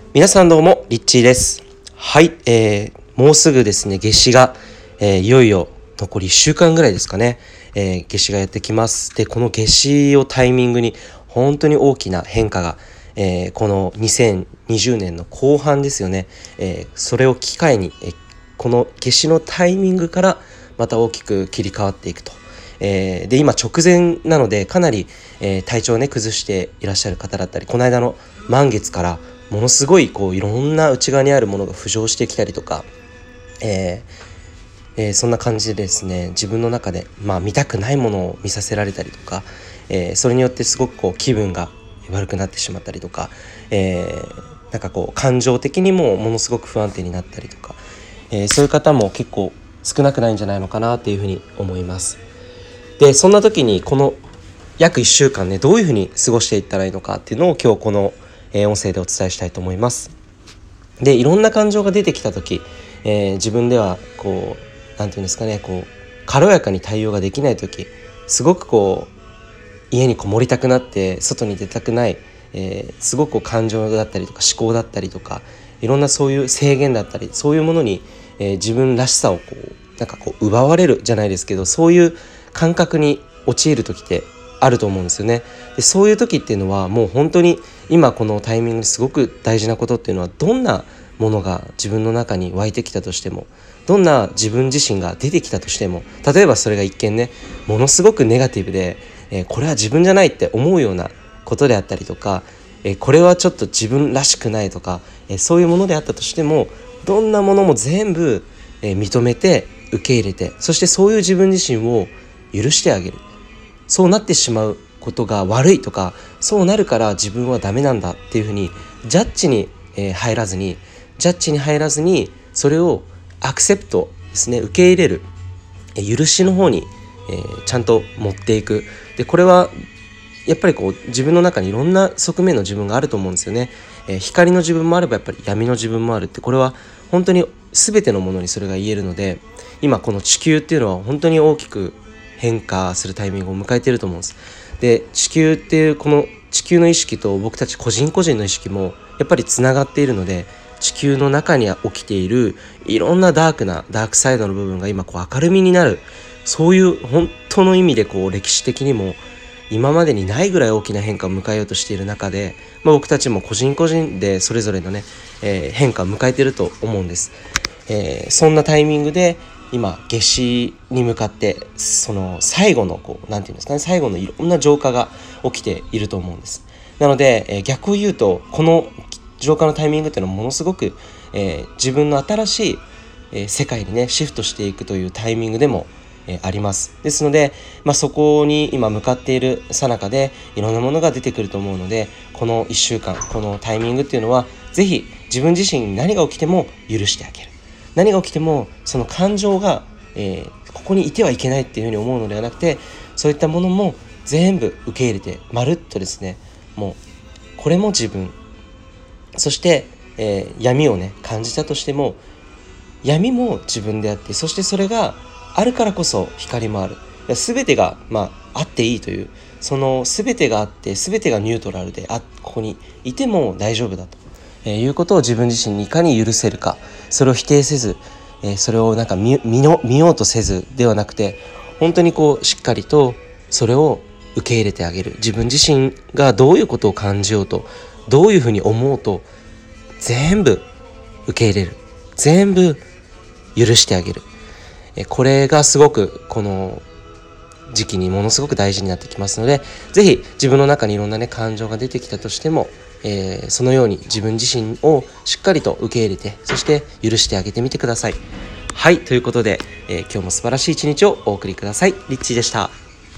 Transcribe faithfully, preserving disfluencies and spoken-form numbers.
皆さんどうもリッチーです。はい、えー、もうすぐですね夏至が、えー、いよいよ残りいっしゅうかんぐらいですかね、えー、夏至がやってきます。でこの夏至をタイミングに本当に大きな変化が、えー、このにせんにじゅうねんの後半ですよね、えー、それを機会に、えー、この夏至のタイミングからまた大きく切り替わっていくと、えー、で今直前なのでかなり、えー、体調をね崩していらっしゃる方だったり、この間の満月からものすごいこういろんな内側にあるものが浮上してきたりとか、えーえー、そんな感じでですね、自分の中で、まあ、見たくないものを見させられたりとか、えー、それによってすごくこう気分が悪くなってしまったりとか、えー、なんかこう感情的にもものすごく不安定になったりとか、えー、そういう方も結構少なくないんじゃないのかなっていうふうに思います。でそんな時にこの約いっしゅうかんね、どういうふうに過ごしていったらいいのかっていうのを今日この音声でお伝えしたいと思います。でいろんな感情が出てきた時、えー、自分ではこうなんていうんですかね、こう軽やかに対応ができない時、すごくこう家にこもりたくなって外に出たくない、えー、すごくこう感情だったりとか思考だったりとか、いろんなそういう制限だったり、そういうものに、えー、自分らしさをこうなんかこう奪われるじゃないですけど、そういう感覚に陥る時ってあると思うんですよね。でそういう時っていうのはもう本当に今このタイミングですごく大事なことっていうのは、どんなものが自分の中に湧いてきたとしても、どんな自分自身が出てきたとしても、例えばそれが一見ねものすごくネガティブで、えー、これは自分じゃないって思うようなことであったりとか、えー、これはちょっと自分らしくないとか、えー、そういうものであったとしても、どんなものも全部、えー、認めて受け入れて、そしてそういう自分自身を許してあげる。そうなってしまうことが悪いとか、そうなるから自分はダメなんだっていうふうにジャッジに入らずにジャッジに入らずにそれをアクセプトですね、受け入れる、許しの方に、えー、ちゃんと持っていく。でこれはやっぱりこう自分の中にいろんな側面の自分があると思うんですよね。えー、光の自分もあればやっぱり闇の自分もあるって、これは本当に全てのものにそれが言えるので、今この地球っていうのは本当に大きく変化するタイミングを迎えていると思うんです。で地球っていうこの地球の意識と僕たち個人個人の意識もやっぱりつながっているので、地球の中に起きているいろんなダークなダークサイドの部分が今こう明るみになる、そういう本当の意味でこう歴史的にも今までにないぐらい大きな変化を迎えようとしている中で、まあ、僕たちも個人個人でそれぞれのね、えー、変化を迎えていると思うんです。えー、そんなタイミングで今夏至に向かってその最後のこうなんていうんですかね、最後のいろんな浄化が起きていると思うんです。なので、えー、逆を言うとこの浄化のタイミングっていうのはものすごく、えー、自分の新しい、えー、世界にねシフトしていくというタイミングでも、えー、あります。ですので、まあ、そこに今向かっている最中でいろんなものが出てくると思うので、このいっしゅうかんこのタイミングっていうのはぜひ自分自身に何が起きても許してあげる。何が起きてもその感情が、えー、ここにいてはいけないっていうふうに思うのではなくて、そういったものも全部受け入れてまるっとですね、もうこれも自分、そして、えー、闇をね感じたとしても闇も自分であって、そしてそれがあるからこそ光もある。全てが、まあ、あっていいという、その全てがあって全てがニュートラルで、あここにいても大丈夫だと、えー、いうことを自分自身にいかに許せるか、それを否定せず、えー、それをなんか 見, 見, の見ようとせずではなくて、本当にこうしっかりとそれを受け入れてあげる。自分自身がどういうことを感じようと、どういうふうに思うと全部受け入れる、全部許してあげる。えー、これがすごくこの時期にものすごく大事になってきますので、ぜひ自分の中にいろんなね感情が出てきたとしても、えー、そのように自分自身をしっかりと受け入れて、そして許してあげてみてください。はい、ということで、えー、今日も素晴らしい一日をお送りください。リッチーでした。